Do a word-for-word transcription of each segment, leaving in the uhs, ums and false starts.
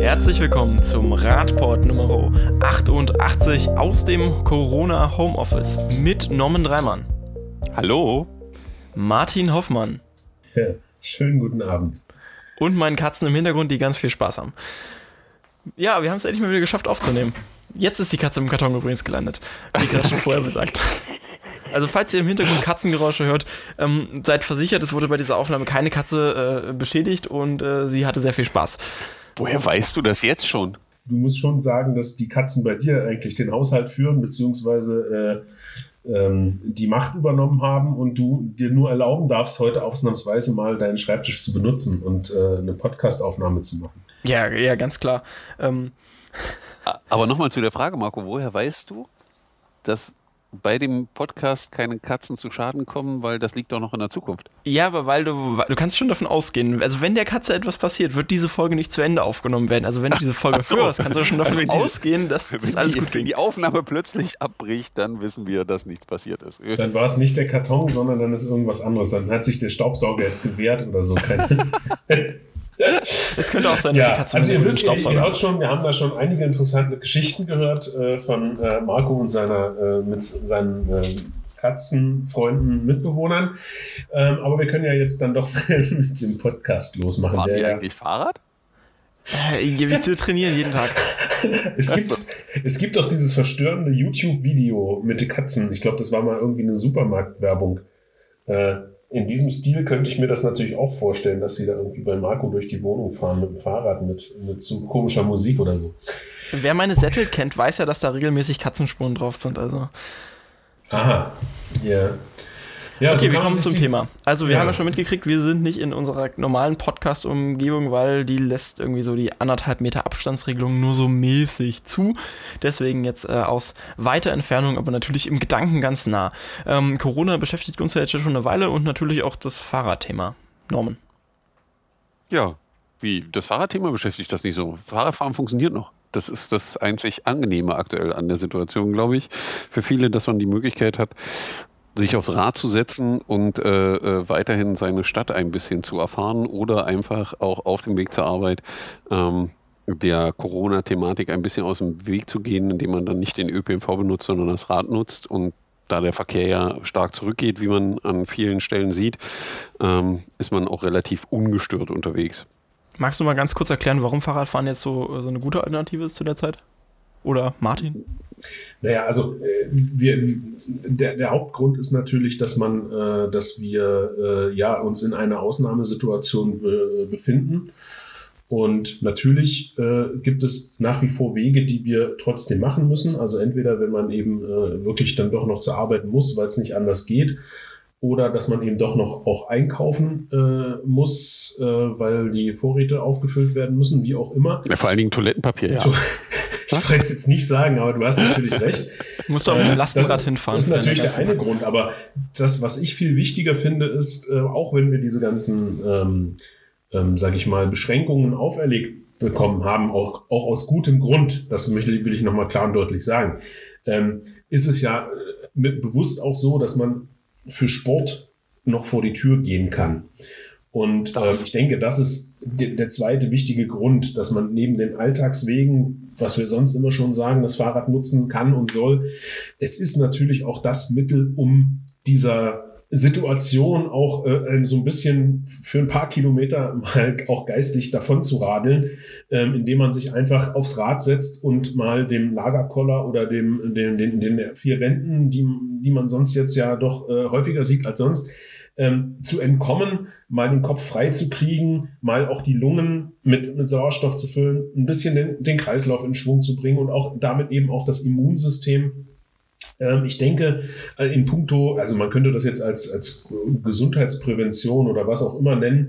Herzlich willkommen zum Radport Nummer achtundachtzig aus dem Corona Homeoffice mit Norman Dreimann. Hallo. Martin Hoffmann. Ja, schönen guten Abend. Und meinen Katzen im Hintergrund, die ganz viel Spaß haben. Ja, wir haben es endlich mal wieder geschafft aufzunehmen. Jetzt ist die Katze im Karton übrigens gelandet, wie gerade schon vorher gesagt. Also falls ihr im Hintergrund Katzengeräusche hört, ähm, seid versichert, es wurde bei dieser Aufnahme keine Katze äh, beschädigt und äh, sie hatte sehr viel Spaß. Woher weißt du das jetzt schon? Du musst schon sagen, dass die Katzen bei dir eigentlich den Haushalt führen, beziehungsweise äh, ähm, die Macht übernommen haben und du dir nur erlauben darfst, heute ausnahmsweise mal deinen Schreibtisch zu benutzen und äh, eine Podcast-Aufnahme zu machen. Ja, ja, ganz klar. Ähm. Aber nochmal zu der Frage, Marco, woher weißt du, dass bei dem Podcast keine Katzen zu Schaden kommen, weil das liegt doch noch in der Zukunft? Ja, aber weil du, du kannst schon davon ausgehen, also wenn der Katze etwas passiert, wird diese Folge nicht zu Ende aufgenommen werden. Also wenn du diese Folge so. hörst, kannst du schon davon also ausgehen, dass das alles die, gut ging. Wenn die Aufnahme plötzlich abbricht, dann wissen wir, dass nichts passiert ist. Dann war es nicht der Karton, sondern dann ist irgendwas anderes. Dann hat sich der Staubsauger jetzt gewehrt oder so. Es könnte auch sein, dass ja, die Katze also mit ihr wisst, Staubsauger ihr hört schon, wir haben da schon einige interessante Geschichten gehört äh, von äh, Marco und seiner äh, mit seinen äh, Katzenfreunden, Mitbewohnern. Ähm, aber wir können ja jetzt dann doch mit dem Podcast losmachen. Fahren der die ja eigentlich Fahrrad? Äh, wir trainieren jeden Tag. es gibt es gibt doch dieses verstörende YouTube-Video mit den Katzen. Ich glaube, das war mal irgendwie eine Supermarktwerbung. Äh, In diesem Stil könnte ich mir das natürlich auch vorstellen, dass sie da irgendwie bei Marco durch die Wohnung fahren mit dem Fahrrad, mit, mit so komischer Musik oder so. Wer meine Sättel kennt, weiß ja, dass da regelmäßig Katzenspuren drauf sind. Also. Aha, yeah. ja. Okay, so wir kommen zum die, Thema. Also wir ja. haben ja schon mitgekriegt, wir sind nicht in unserer normalen Podcast-Umgebung, weil die lässt irgendwie so die anderthalb Meter Abstandsregelung nur so mäßig zu. Deswegen jetzt äh, aus weiter Entfernung, aber natürlich im Gedanken ganz nah. Ähm, Corona beschäftigt uns ja jetzt schon eine Weile und natürlich auch das Fahrradthema. Norman. Ja, wie? Das Fahrradthema beschäftigt das nicht so. Fahrradfahren funktioniert noch. Das ist das einzig Angenehme aktuell an der Situation, glaube ich. Für viele, dass man die Möglichkeit hat, sich aufs Rad zu setzen und äh, äh, weiterhin seine Stadt ein bisschen zu erfahren oder einfach auch auf dem Weg zur Arbeit ähm, der Corona-Thematik ein bisschen aus dem Weg zu gehen, indem man dann nicht den Ö P N V benutzt, sondern das Rad nutzt. Und da der Verkehr ja stark zurückgeht, wie man an vielen Stellen sieht, ähm, ist man auch relativ ungestört unterwegs. Magst du mal ganz kurz erklären, warum Fahrradfahren jetzt so, so eine gute Alternative ist zu der Zeit? Oder Martin? Naja, also äh, wir, der, der Hauptgrund ist natürlich, dass man, äh, dass wir äh, ja, uns in einer Ausnahmesituation be- befinden. Und natürlich äh, gibt es nach wie vor Wege, die wir trotzdem machen müssen. Also entweder, wenn man eben äh, wirklich dann doch noch zur Arbeit muss, weil es nicht anders geht, oder dass man eben doch noch auch einkaufen äh, muss, äh, weil die Vorräte aufgefüllt werden müssen, wie auch immer. Ja, vor allen Dingen Toilettenpapier, ja. Ich wollte es jetzt nicht sagen, aber du hast natürlich recht. Du musst auch mit dem Lastenrad das ist, hinfahren. Das ist natürlich der eine Grund, aber das, was ich viel wichtiger finde, ist, äh, auch wenn wir diese ganzen, ähm, ähm, sag ich mal, Beschränkungen auferlegt bekommen haben, auch, auch aus gutem Grund, das möchte, will ich nochmal klar und deutlich sagen, ähm, ist es ja mit, bewusst auch so, dass man für Sport noch vor die Tür gehen kann. Und äh, ich denke, das ist de- der zweite wichtige Grund, dass man neben den Alltagswegen, was wir sonst immer schon sagen, das Fahrrad nutzen kann und soll. Es ist natürlich auch das Mittel, um dieser Situation auch äh, so ein bisschen für ein paar Kilometer mal auch geistig davon zu radeln, ähm, indem man sich einfach aufs Rad setzt und mal dem Lagerkoller oder dem, dem, den, den vier Wänden, die, die man sonst jetzt ja doch äh, häufiger sieht als sonst, ähm, zu entkommen, mal den Kopf frei zu kriegen, mal auch die Lungen mit, mit Sauerstoff zu füllen, ein bisschen den, den Kreislauf in Schwung zu bringen und auch damit eben auch das Immunsystem. Ich denke, in puncto, also man könnte das jetzt als, als Gesundheitsprävention oder was auch immer nennen,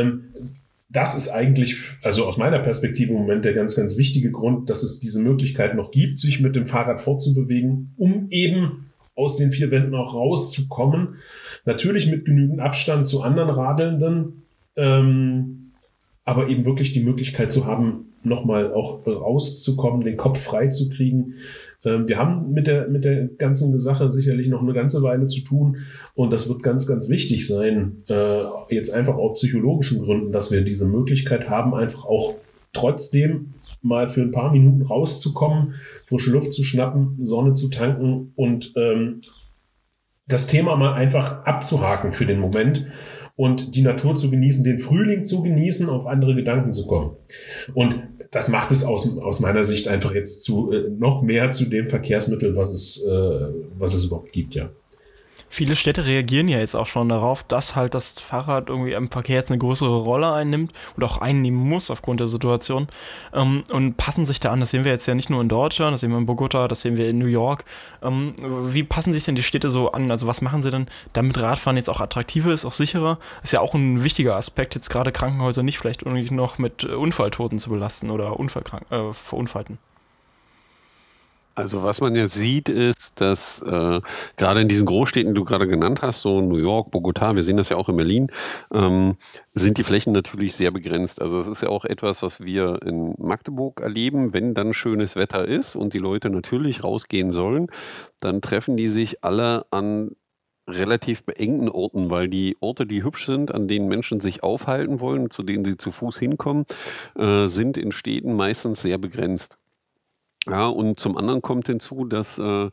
das ist eigentlich, also aus meiner Perspektive im Moment der ganz, ganz wichtige Grund, dass es diese Möglichkeit noch gibt, sich mit dem Fahrrad fortzubewegen, um eben aus den vier Wänden auch rauszukommen. Natürlich mit genügend Abstand zu anderen Radelnden, aber eben wirklich die Möglichkeit zu haben, nochmal auch rauszukommen, den Kopf frei zu kriegen. Wir haben mit der, mit der ganzen Sache sicherlich noch eine ganze Weile zu tun und das wird ganz, ganz wichtig sein, jetzt einfach aus psychologischen Gründen, dass wir diese Möglichkeit haben, einfach auch trotzdem mal für ein paar Minuten rauszukommen, frische Luft zu schnappen, Sonne zu tanken und ähm, das Thema mal einfach abzuhaken für den Moment und die Natur zu genießen, den Frühling zu genießen, auf andere Gedanken zu kommen. Und das macht es aus, aus meiner Sicht einfach jetzt zu äh, noch mehr zu dem Verkehrsmittel, was es, äh, was es überhaupt gibt, ja. Viele Städte reagieren ja jetzt auch schon darauf, dass halt das Fahrrad irgendwie im Verkehr jetzt eine größere Rolle einnimmt oder auch einnehmen muss aufgrund der Situation ähm, und passen sich da an. Das sehen wir jetzt ja nicht nur in Deutschland, das sehen wir in Bogota, das sehen wir in New York. Ähm, wie passen sich denn die Städte so an? Also was machen sie denn, damit Radfahren jetzt auch attraktiver ist, auch sicherer? Ist ja auch ein wichtiger Aspekt, jetzt gerade Krankenhäuser nicht vielleicht irgendwie noch mit Unfalltoten zu belasten oder Unfallkrank- äh, Verunfallten. Also was man ja sieht, ist, dass äh, gerade in diesen Großstädten, die du gerade genannt hast, so New York, Bogota, wir sehen das ja auch in Berlin, ähm, sind die Flächen natürlich sehr begrenzt. Also es ist ja auch etwas, was wir in Magdeburg erleben, wenn dann schönes Wetter ist und die Leute natürlich rausgehen sollen, dann treffen die sich alle an relativ beengten Orten, weil die Orte, die hübsch sind, an denen Menschen sich aufhalten wollen, zu denen sie zu Fuß hinkommen, äh, sind in Städten meistens sehr begrenzt. Ja, und zum anderen kommt hinzu, dass äh,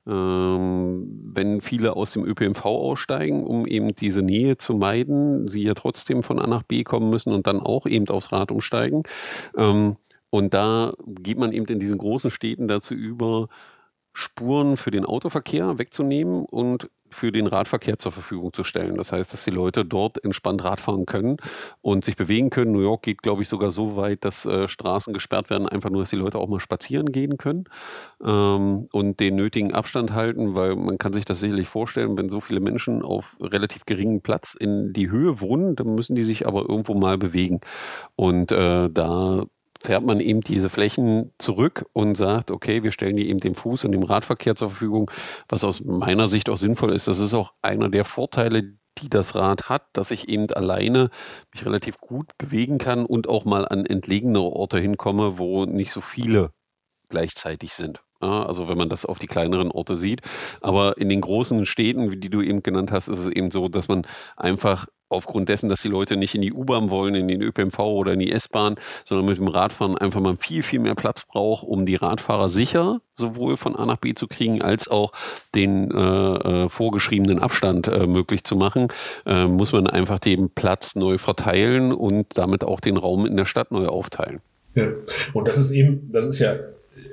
ähm, wenn viele aus dem Ö P N V aussteigen, um eben diese Nähe zu meiden, sie ja trotzdem von A nach B kommen müssen und dann auch eben aufs Rad umsteigen. Ähm, und da geht man eben in diesen großen Städten dazu über, Spuren für den Autoverkehr wegzunehmen und für den Radverkehr zur Verfügung zu stellen. Das heißt, dass die Leute dort entspannt Rad fahren können und sich bewegen können. New York geht, glaube ich, sogar so weit, dass äh, Straßen gesperrt werden, einfach nur, dass die Leute auch mal spazieren gehen können ähm, und den nötigen Abstand halten, weil man kann sich das sicherlich vorstellen, wenn so viele Menschen auf relativ geringem Platz in die Höhe wohnen, dann müssen die sich aber irgendwo mal bewegen. Und äh, da fährt man eben diese Flächen zurück und sagt, okay, wir stellen die eben dem Fuß- und dem Radverkehr zur Verfügung, was aus meiner Sicht auch sinnvoll ist. Das ist auch einer der Vorteile, die das Rad hat, dass ich eben alleine mich relativ gut bewegen kann und auch mal an entlegene Orte hinkomme, wo nicht so viele gleichzeitig sind. Ja, also wenn man das auf die kleineren Orte sieht. Aber in den großen Städten, wie die du eben genannt hast, ist es eben so, dass man einfach aufgrund dessen, dass die Leute nicht in die U-Bahn wollen, in den Ö P N V oder in die S-Bahn, sondern mit dem Radfahren einfach mal viel, viel mehr Platz braucht, um die Radfahrer sicher sowohl von A nach B zu kriegen, als auch den äh, äh, vorgeschriebenen Abstand äh, möglich zu machen, äh, muss man einfach den Platz neu verteilen und damit auch den Raum in der Stadt neu aufteilen. Ja, und das ist eben, das ist ja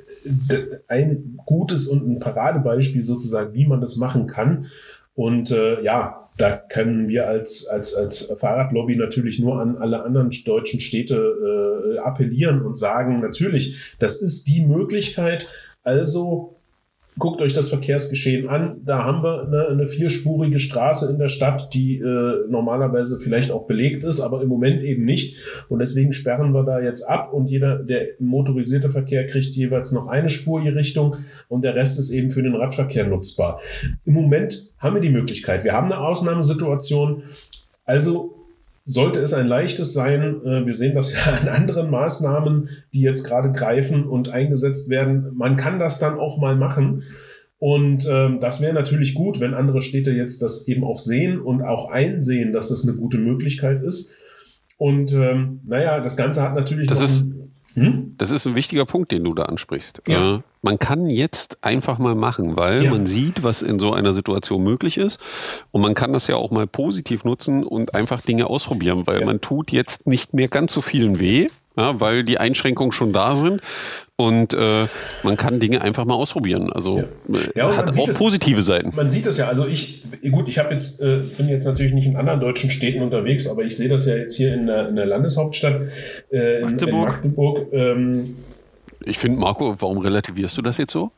ein gutes und ein Paradebeispiel sozusagen, wie man das machen kann. Und äh, ja, da können wir als, als, als Fahrradlobby natürlich nur an alle anderen deutschen Städte äh, appellieren und sagen, natürlich, das ist die Möglichkeit. Also guckt euch das Verkehrsgeschehen an. Da haben wir eine, eine vierspurige Straße in der Stadt, die äh, normalerweise vielleicht auch belegt ist, aber im Moment eben nicht. Und deswegen sperren wir da jetzt ab und jeder, der motorisierte Verkehr, kriegt jeweils noch eine Spur je Richtung und der Rest ist eben für den Radverkehr nutzbar. Im Moment haben wir die Möglichkeit. Wir haben eine Ausnahmesituation. Also sollte es ein leichtes sein, wir sehen das ja an anderen Maßnahmen, die jetzt gerade greifen und eingesetzt werden. Man kann das dann auch mal machen. Und ähm, das wäre natürlich gut, wenn andere Städte jetzt das eben auch sehen und auch einsehen, dass das eine gute Möglichkeit ist. Und ähm, naja, das Ganze hat natürlich das noch ist, ein, hm? das ist ein wichtiger Punkt, den du da ansprichst. Ja. Äh, man kann jetzt einfach mal machen, weil Ja. man sieht, was in so einer Situation möglich ist. Und man kann das ja auch mal positiv nutzen und einfach Dinge ausprobieren, weil Ja. man tut jetzt nicht mehr ganz so vielen weh, ja, weil die Einschränkungen schon da sind. Und äh, man kann Dinge einfach mal ausprobieren. Also Ja. äh, Ja, und man hat sieht auch es- positive Seiten. Man sieht es ja, also ich, gut, ich habe jetzt, äh, bin jetzt natürlich nicht in anderen deutschen Städten unterwegs, aber ich sehe das ja jetzt hier in der, in der Landeshauptstadt äh, in Magdeburg. in Magdeburg. Ähm, Ich finde, Marco, warum relativierst du das jetzt so?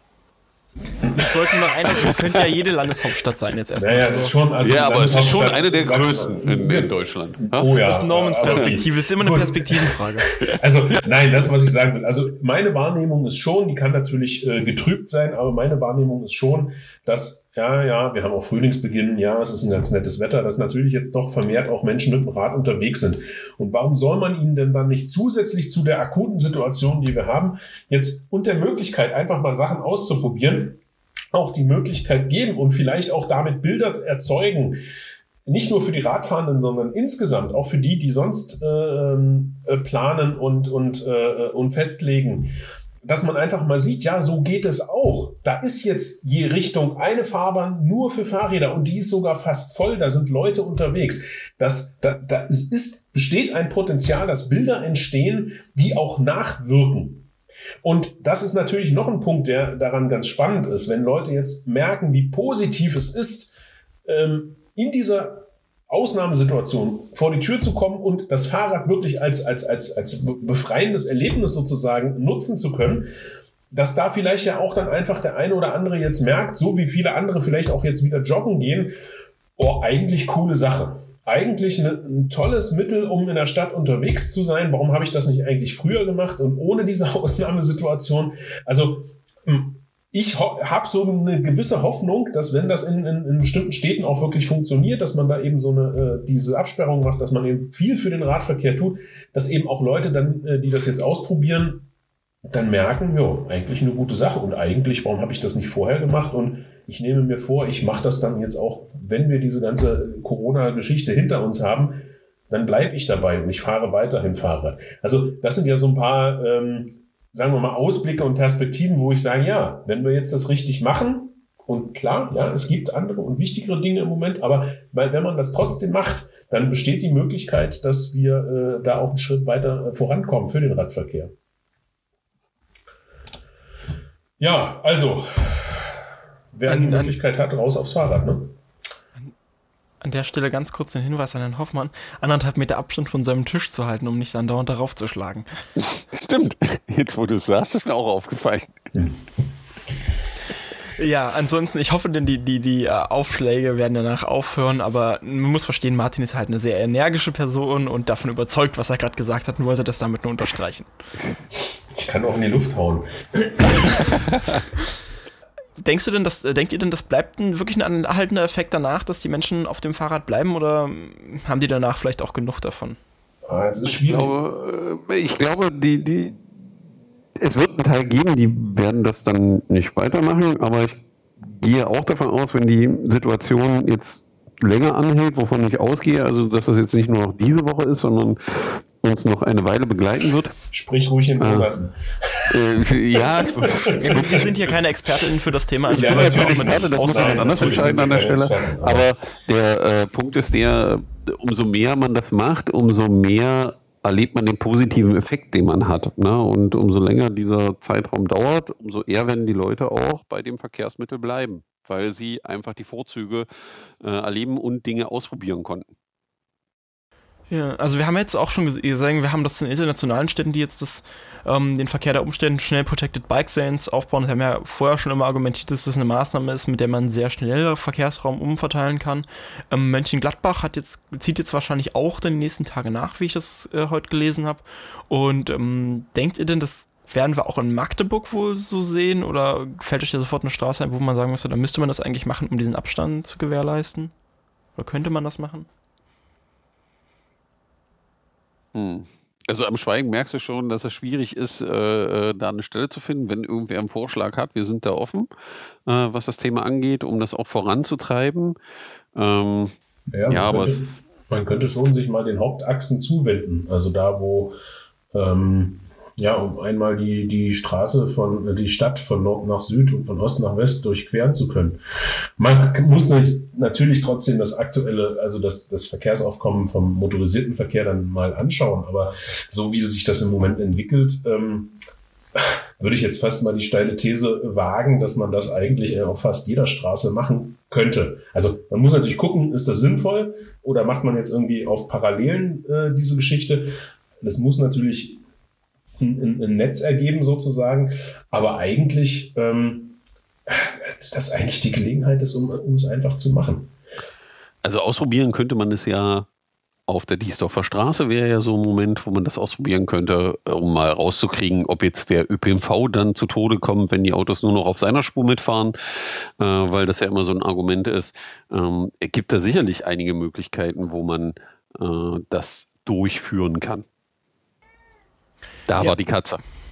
Ich wollte noch einmal, das könnte ja jede Landeshauptstadt sein jetzt erstmal. naja, also, es ist schon, also ja, die aber es ist schon Landeshauptstadt eine der Sachsen- größten in, in Deutschland. Ja? Oh ja. das ist Normans aber- Perspektive, ist immer eine Gut. Perspektivenfrage. Also nein, das, was ich sagen will. Also meine Wahrnehmung ist schon, die kann natürlich äh, getrübt sein, aber meine Wahrnehmung ist schon, dass, ja, ja, wir haben auch Frühlingsbeginn, ja, es ist ein ganz nettes Wetter, dass natürlich jetzt doch vermehrt auch Menschen mit dem Rad unterwegs sind. Und warum soll man ihnen denn dann nicht zusätzlich zu der akuten Situation, die wir haben, jetzt und der Möglichkeit, einfach mal Sachen auszuprobieren, auch die Möglichkeit geben und vielleicht auch damit Bilder erzeugen, nicht nur für die Radfahrenden, sondern insgesamt auch für die, die sonst ähm, äh, äh, planen und, und, äh, und festlegen, dass man einfach mal sieht, ja, so geht es auch. Da ist jetzt je Richtung eine Fahrbahn nur für Fahrräder und die ist sogar fast voll, da sind Leute unterwegs. Das, da, da ist, besteht ein Potenzial, dass Bilder entstehen, die auch nachwirken. Und das ist natürlich noch ein Punkt, der daran ganz spannend ist, wenn Leute jetzt merken, wie positiv es ist, ähm, in dieser Ausnahmesituation vor die Tür zu kommen und das Fahrrad wirklich als, als, als, als befreiendes Erlebnis sozusagen nutzen zu können, dass da vielleicht ja auch dann einfach der eine oder andere jetzt merkt, so wie viele andere vielleicht auch jetzt wieder joggen gehen, oh, eigentlich coole Sache. Eigentlich eine, ein tolles Mittel, um in der Stadt unterwegs zu sein. Warum habe ich das nicht eigentlich früher gemacht und ohne diese Ausnahmesituation? Also ich ho- habe so eine gewisse Hoffnung, dass wenn das in, in, in bestimmten Städten auch wirklich funktioniert, dass man da eben so eine äh, diese Absperrung macht, dass man eben viel für den Radverkehr tut, dass eben auch Leute dann, äh, die das jetzt ausprobieren, dann merken, ja, eigentlich eine gute Sache und eigentlich, warum habe ich das nicht vorher gemacht? Und ich nehme mir vor, ich mache das dann jetzt auch, wenn wir diese ganze Corona-Geschichte hinter uns haben, dann bleibe ich dabei und ich fahre weiterhin Fahrrad. Also das sind ja so ein paar ähm, sagen wir mal, Ausblicke und Perspektiven, wo ich sage, ja, wenn wir jetzt das richtig machen, und klar, ja, es gibt andere und wichtigere Dinge im Moment, aber weil, wenn man das trotzdem macht, dann besteht die Möglichkeit, dass wir äh, da auch einen Schritt weiter äh, vorankommen für den Radverkehr. Ja, also, wer An- die an- Möglichkeit hat, raus aufs Fahrrad, ne? An der Stelle ganz kurz den Hinweis an Herrn Hoffmann, anderthalb Meter Abstand von seinem Tisch zu halten, um nicht andauernd darauf zu schlagen. Stimmt. Jetzt, wo du es sagst, ist mir auch aufgefallen. Ja, ansonsten, ich hoffe, denn die, die, die äh, Aufschläge werden danach aufhören, aber man muss verstehen, Martin ist halt eine sehr energische Person und davon überzeugt, was er gerade gesagt hat und wollte das damit nur unterstreichen. Ich kann auch in die Luft hauen. Denkst du denn, dass, äh, denkt ihr denn, das bleibt ein, wirklich ein erhaltender Effekt danach, dass die Menschen auf dem Fahrrad bleiben oder haben die danach vielleicht auch genug davon? Ah, es ist Ich schwierig. glaube, äh, ich glaube die, die, es wird einen Teil geben, die werden das dann nicht weitermachen, aber ich gehe auch davon aus, wenn die Situation jetzt länger anhält, wovon ich ausgehe, also dass das jetzt nicht nur noch diese Woche ist, sondern uns noch eine Weile begleiten wird. Sprich ruhig in Monaten. Äh, ja, ich, Wir, wir sind hier keine ExpertInnen für das Thema. Also Ja, wir bin können natürlich auch natürlich mit Experte, das muss Aussagen- jemand anders natürlich entscheiden an der sind wir Stelle. keine Experten, Aber der äh, Punkt ist der, umso mehr man das macht, umso mehr erlebt man den positiven Effekt, den man hat. Ne? Und umso länger dieser Zeitraum dauert, umso eher werden die Leute auch bei dem Verkehrsmittel bleiben, weil sie einfach die Vorzüge äh, erleben und Dinge ausprobieren konnten. Ja, also wir haben jetzt auch schon gesehen, wir haben das in internationalen Städten, die jetzt das, ähm, den Verkehr der umstellen, schnell Protected Bike Lanes aufbauen. Wir haben ja vorher schon immer argumentiert, dass das eine Maßnahme ist, mit der man sehr schnell Verkehrsraum umverteilen kann. Ähm, Mönchengladbach hat jetzt, zieht jetzt wahrscheinlich auch dann die nächsten Tage nach, wie ich das äh, heute gelesen habe. Und ähm, denkt ihr denn, das werden wir auch in Magdeburg wohl so sehen? Oder fällt euch da sofort eine Straße ein, wo man sagen müsste, da müsste man das eigentlich machen, um diesen Abstand zu gewährleisten? Oder könnte man das machen? Hm. Also am Schweigen merkst du schon, dass es schwierig ist, äh, äh, da eine Stelle zu finden, wenn irgendwer einen Vorschlag hat. Wir sind da offen, äh, was das Thema angeht, um das auch voranzutreiben. Ähm, Ja, man, Ja, aber könnte, es- man könnte schon sich mal den Hauptachsen zuwenden. Also da, wo ähm, ja, um einmal die, die Straße von, die Stadt von Nord nach Süd und von Ost nach West durchqueren zu können. Man muss nicht, natürlich trotzdem das aktuelle, also das, das Verkehrsaufkommen vom motorisierten Verkehr dann mal anschauen, aber so wie sich das im Moment entwickelt, ähm, würde ich jetzt fast mal die steile These wagen, dass man das eigentlich auf fast jeder Straße machen könnte. Also man muss natürlich gucken, ist das sinnvoll oder macht man jetzt irgendwie auf Parallelen äh, diese Geschichte? Das muss natürlich ein, ein Netz ergeben sozusagen, aber eigentlich ähm, ist das eigentlich die Gelegenheit, das, um, um es einfach zu machen. Also ausprobieren könnte man es ja auf der Diesdorfer Straße, wäre ja so ein Moment, wo man das ausprobieren könnte, um mal rauszukriegen, ob jetzt der Ö P N V dann zu Tode kommt, wenn die Autos nur noch auf seiner Spur mitfahren, äh, weil das ja immer so ein Argument ist. Ähm, es gibt da sicherlich einige Möglichkeiten, wo man äh, das durchführen kann. Da Ja. war die Katze.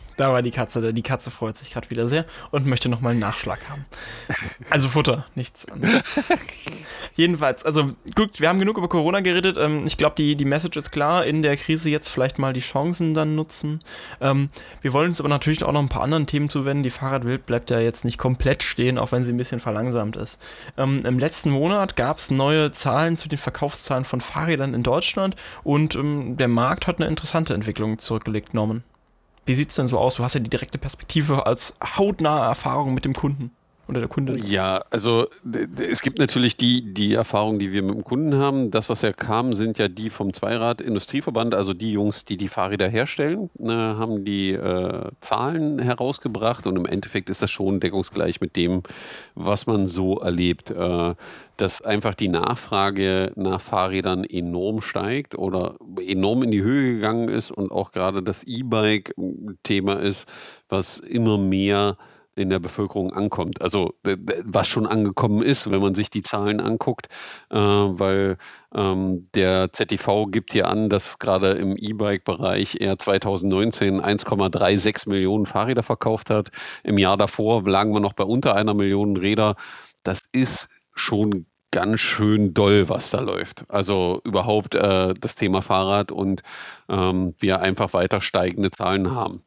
Da war die Katze, die Katze freut sich gerade wieder sehr und möchte nochmal einen Nachschlag haben. Also Futter, nichts anderes. Jedenfalls, also gut, wir haben genug über Corona geredet. Ähm, ich glaube, die, die Message ist klar, in der Krise jetzt vielleicht mal die Chancen dann nutzen. Ähm, wir wollen uns aber natürlich auch noch ein paar anderen Themen zuwenden. Die Fahrradwelt bleibt ja jetzt nicht komplett stehen, auch wenn sie ein bisschen verlangsamt ist. Ähm, im letzten Monat gab es neue Zahlen zu den Verkaufszahlen von Fahrrädern in Deutschland und ähm, der Markt hat eine interessante Entwicklung zurückgelegt, Norman. Wie sieht es denn so aus? Du hast ja die direkte Perspektive als hautnahe Erfahrung mit dem Kunden oder der Kunde. Ja, also d- d- es gibt natürlich die, die Erfahrungen, die wir mit dem Kunden haben. Das, was ja kam, sind ja die vom Zweirad-Industrieverband, also die Jungs, die die Fahrräder herstellen, äh, haben die äh, Zahlen herausgebracht und im Endeffekt ist das schon deckungsgleich mit dem, was man so erlebt. Äh, dass einfach die Nachfrage nach Fahrrädern enorm steigt oder enorm in die Höhe gegangen ist und auch gerade das E-Bike ein Thema ist, was immer mehr in der Bevölkerung ankommt. Also d- d- was schon angekommen ist, wenn man sich die Zahlen anguckt, äh, weil ähm, der Z D V gibt hier an, dass gerade im E-Bike-Bereich er zwanzig neunzehn eins Komma sechsunddreißig Millionen Fahrräder verkauft hat. Im Jahr davor lagen wir noch bei unter einer Million Räder. Das ist schon ganz schön doll, was da läuft. Also überhaupt äh, das Thema Fahrrad und ähm, wir einfach weiter steigende Zahlen haben.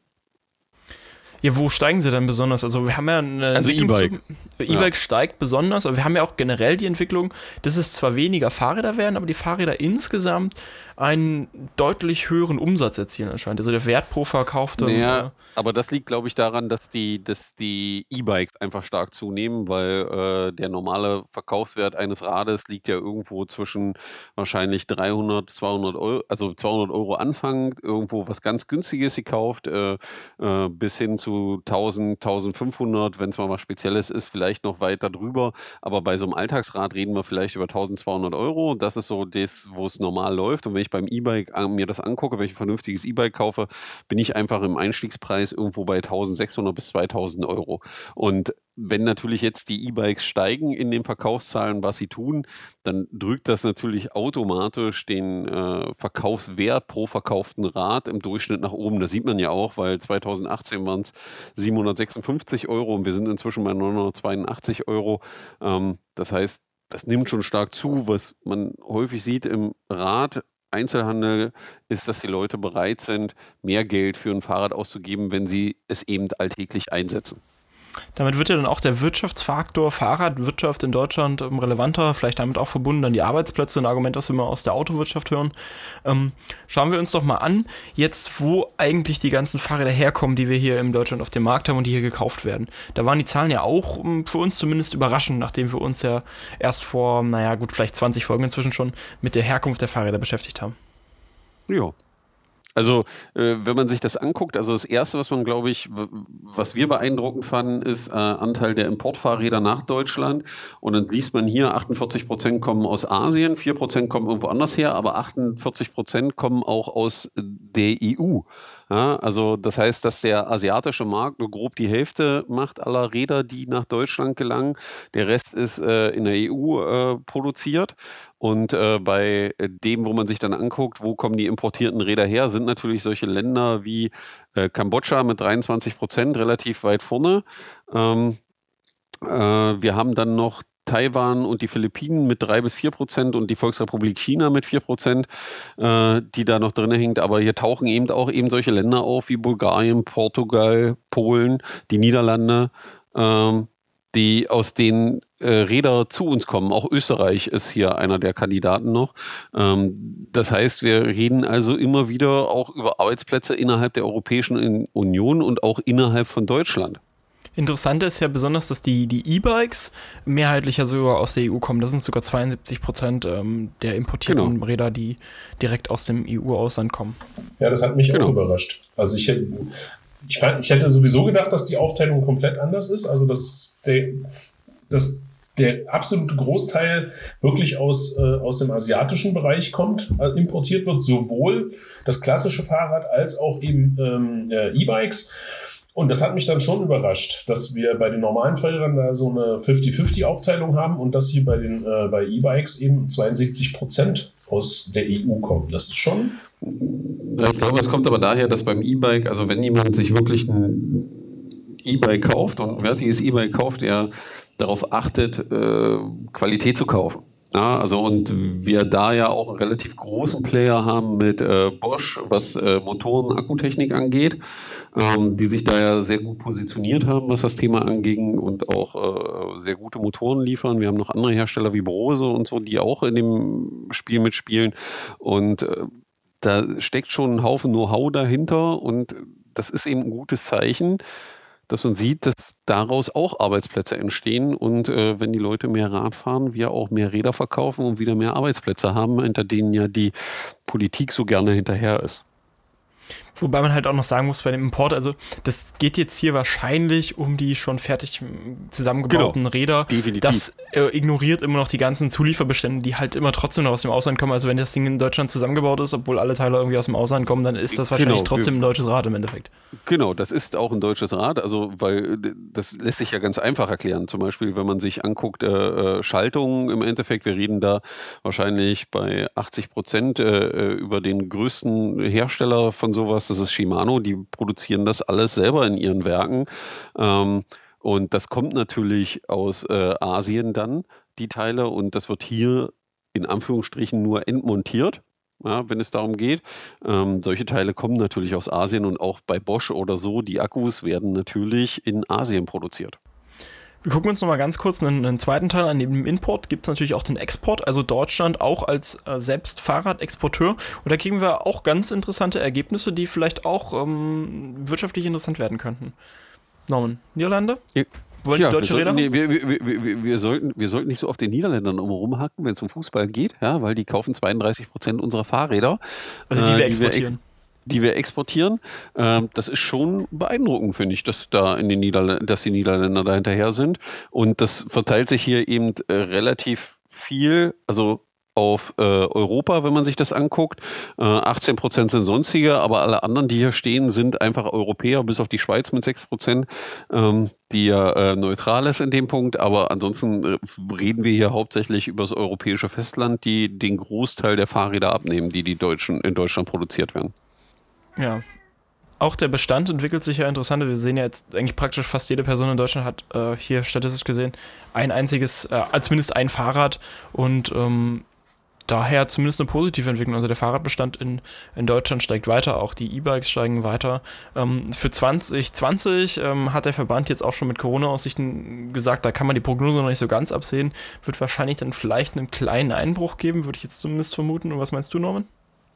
Ja, wo steigen sie denn besonders? Also wir haben ja eine Also Entwicklung E-Bike. zu- E-Bike steigt besonders, aber wir haben ja auch generell die Entwicklung, dass es zwar weniger Fahrräder werden, aber die Fahrräder insgesamt einen deutlich höheren Umsatz erzielen anscheinend. Also der Wert pro verkauftem. Naja, äh, aber das liegt, glaube ich, daran, dass die, dass die E-Bikes einfach stark zunehmen, weil äh, der normale Verkaufswert eines Rades liegt ja irgendwo zwischen wahrscheinlich dreihundert, zweihundert Euro, also zweihundert Euro anfangend, irgendwo was ganz Günstiges gekauft, äh, äh, bis hin zu tausend, eintausendfünfhundert, wenn es mal was Spezielles ist, vielleicht noch weiter drüber. Aber bei so einem Alltagsrad reden wir vielleicht über eintausendzweihundert Euro. Das ist so das, wo es normal läuft. Und wenn ich beim E-Bike an- mir das angucke, wenn ich ein vernünftiges E-Bike kaufe, bin ich einfach im Einstiegspreis irgendwo bei eintausendsechshundert bis zweitausend Euro. Und wenn natürlich jetzt die E-Bikes steigen in den Verkaufszahlen, was sie tun, dann drückt das natürlich automatisch den äh, Verkaufswert pro verkauften Rad im Durchschnitt nach oben. Das sieht man ja auch, weil zweitausendachtzehn waren es siebenhundertsechsundfünfzig Euro und wir sind inzwischen bei neunhundertzweiundachtzig Euro. Ähm, das heißt, das nimmt schon stark zu. Was man häufig sieht im Rad Einzelhandel ist, dass die Leute bereit sind, mehr Geld für ein Fahrrad auszugeben, wenn sie es eben alltäglich einsetzen. Damit wird ja dann auch der Wirtschaftsfaktor Fahrradwirtschaft in Deutschland ähm, relevanter, vielleicht damit auch verbunden dann die Arbeitsplätze, ein Argument, das wir mal aus der Autowirtschaft hören. Ähm, schauen wir uns doch mal an, jetzt wo eigentlich die ganzen Fahrräder herkommen, die wir hier in Deutschland auf dem Markt haben und die hier gekauft werden. Da waren die Zahlen ja auch um, für uns zumindest überraschend, nachdem wir uns ja erst vor, naja gut, vielleicht zwanzig Folgen inzwischen schon mit der Herkunft der Fahrräder beschäftigt haben. Ja. Also, äh, wenn man sich das anguckt, also das Erste, was man, glaube ich, w- was wir beeindruckend fanden, ist äh, Anteil der Importfahrräder nach Deutschland. Und dann liest man hier, achtundvierzig Prozent kommen aus Asien, vier Prozent kommen irgendwo anders her, aber achtundvierzig Prozent kommen auch aus der E U. Ja, also das heißt, dass der asiatische Markt nur grob die Hälfte macht aller Räder, die nach Deutschland gelangen. Der Rest ist äh, in der E U äh, produziert. Und äh, bei dem, wo man sich dann anguckt, wo kommen die importierten Räder her, sind natürlich solche Länder wie äh, Kambodscha mit dreiundzwanzig Prozent relativ weit vorne. Ähm, äh, wir haben dann noch Taiwan und die Philippinen mit drei bis vier Prozent und die Volksrepublik China mit vier Prozent, äh, die da noch drin hängt. Aber hier tauchen eben auch eben solche Länder auf wie Bulgarien, Portugal, Polen, die Niederlande, ähm, die aus den äh, Räder zu uns kommen. Auch Österreich ist hier einer der Kandidaten noch. Ähm, das heißt, wir reden also immer wieder auch über Arbeitsplätze innerhalb der Europäischen Union und auch innerhalb von Deutschland. Interessant ist ja besonders, dass die die E-Bikes mehrheitlich ja sogar aus der E U kommen. Das sind sogar zweiundsiebzig Prozent ähm, der importierten Genau. Räder, die direkt aus dem E U-Ausland kommen. Ja, das hat mich Genau. auch überrascht. Also ich hätte, ich, fand, ich hätte sowieso gedacht, dass die Aufteilung komplett anders ist. Also dass der, dass der absolute Großteil wirklich aus, äh, aus dem asiatischen Bereich kommt, äh, importiert wird, sowohl das klassische Fahrrad als auch eben ähm, äh, E-Bikes. Und das hat mich dann schon überrascht, dass wir bei den normalen Fahrrädern da so eine fünfzig fünfzig Aufteilung haben und dass hier bei den äh, bei E-Bikes eben zweiundsiebzig Prozent aus der E U kommen. Das ist schon Ich glaube, es kommt aber daher, dass beim E-Bike, also wenn jemand sich wirklich ein E-Bike kauft und ein wertiges E-Bike kauft, er darauf achtet, äh, Qualität zu kaufen. Ja, also und wir da ja auch einen relativ großen Player haben mit äh, Bosch, was äh, Motoren, Akkutechnik angeht, ähm, die sich da ja sehr gut positioniert haben, was das Thema anging und auch äh, sehr gute Motoren liefern. Wir haben noch andere Hersteller wie Brose und so, die auch in dem Spiel mitspielen und äh, da steckt schon ein Haufen Know-how dahinter und das ist eben ein gutes Zeichen, dass man sieht, dass daraus auch Arbeitsplätze entstehen und äh, wenn die Leute mehr Rad fahren, wir auch mehr Räder verkaufen und wieder mehr Arbeitsplätze haben, hinter denen ja die Politik so gerne hinterher ist. Wobei man halt auch noch sagen muss, bei dem Import, also das geht jetzt hier wahrscheinlich um die schon fertig zusammengebauten genau. Räder. Definitiv. Das äh, ignoriert immer noch die ganzen Zulieferbestände, die halt immer trotzdem noch aus dem Ausland kommen. Also wenn das Ding in Deutschland zusammengebaut ist, obwohl alle Teile irgendwie aus dem Ausland kommen, dann ist das wahrscheinlich genau. trotzdem ein deutsches Rad im Endeffekt. Genau, das ist auch ein deutsches Rad, also weil das lässt sich ja ganz einfach erklären. Zum Beispiel, wenn man sich anguckt, äh, Schaltungen im Endeffekt, wir reden da wahrscheinlich bei achtzig Prozent äh, über den größten Hersteller von sowas, das ist Shimano, die produzieren das alles selber in ihren Werken. Ähm, und das kommt natürlich aus äh, Asien dann, die Teile, und das wird hier in Anführungsstrichen nur entmontiert, ja, wenn es darum geht. Ähm, solche Teile kommen natürlich aus Asien und auch bei Bosch oder so, die Akkus werden natürlich in Asien produziert. Wir gucken uns nochmal ganz kurz einen, einen zweiten Teil an. Neben dem Import gibt es natürlich auch den Export, also Deutschland auch als äh, selbst Fahrradexporteur. Und da kriegen wir auch ganz interessante Ergebnisse, die vielleicht auch ähm, wirtschaftlich interessant werden könnten. Norman, Niederlande? Ja. Wollen ja, die deutsche wir sollten, Räder? Nee, wir, wir, wir, wir, sollten, wir sollten nicht so auf den Niederländern rumhacken, wenn es um Fußball geht, ja, weil die kaufen zweiunddreißig Prozent unserer Fahrräder. Also die wir äh, exportieren. Die wir, die wir exportieren. Ähm, das ist schon beeindruckend, finde ich, dass da in den Niederl- dass die Niederländer da hinterher sind. Und das verteilt sich hier eben äh, relativ viel, also auf äh, Europa, wenn man sich das anguckt. Äh, achtzehn Prozent sind sonstige, aber alle anderen, die hier stehen, sind einfach Europäer, bis auf die Schweiz mit sechs Prozent, ähm, die ja äh, neutral ist in dem Punkt. Aber ansonsten äh, reden wir hier hauptsächlich über das europäische Festland, die den Großteil der Fahrräder abnehmen, die, die Deutschen in Deutschland produziert werden. Ja, auch der Bestand entwickelt sich ja interessant. Wir sehen ja jetzt eigentlich praktisch fast jede Person in Deutschland hat äh, hier statistisch gesehen ein einziges, äh, zumindest ein Fahrrad und ähm, daher zumindest eine positive Entwicklung. Also der Fahrradbestand in, in Deutschland steigt weiter, auch die E-Bikes steigen weiter. Ähm, für zwanzig zwanzig ähm, hat der Verband jetzt auch schon mit Corona-Aussichten gesagt, da kann man die Prognose noch nicht so ganz absehen. Wird wahrscheinlich dann vielleicht einen kleinen Einbruch geben, würde ich jetzt zumindest vermuten. Und was meinst du, Norman?